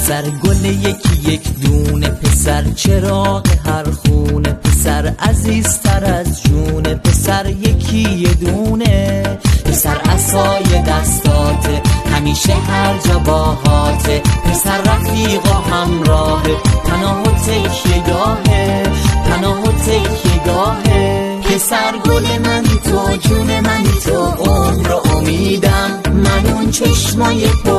پسر گل یکی یک دونه، پسر چراغ هر خونه، پسر عزیزتر از جونه، پسر یکی یه دونه، پسر عصای دستاته همیشه هر جا باهاته، پسر رفیق و همراهه پناه و تکیه‌گاهه، پناه و تکیه‌گاهه. پسر گل من تو، جون من تو، عمر و امیدم، من اون چشمای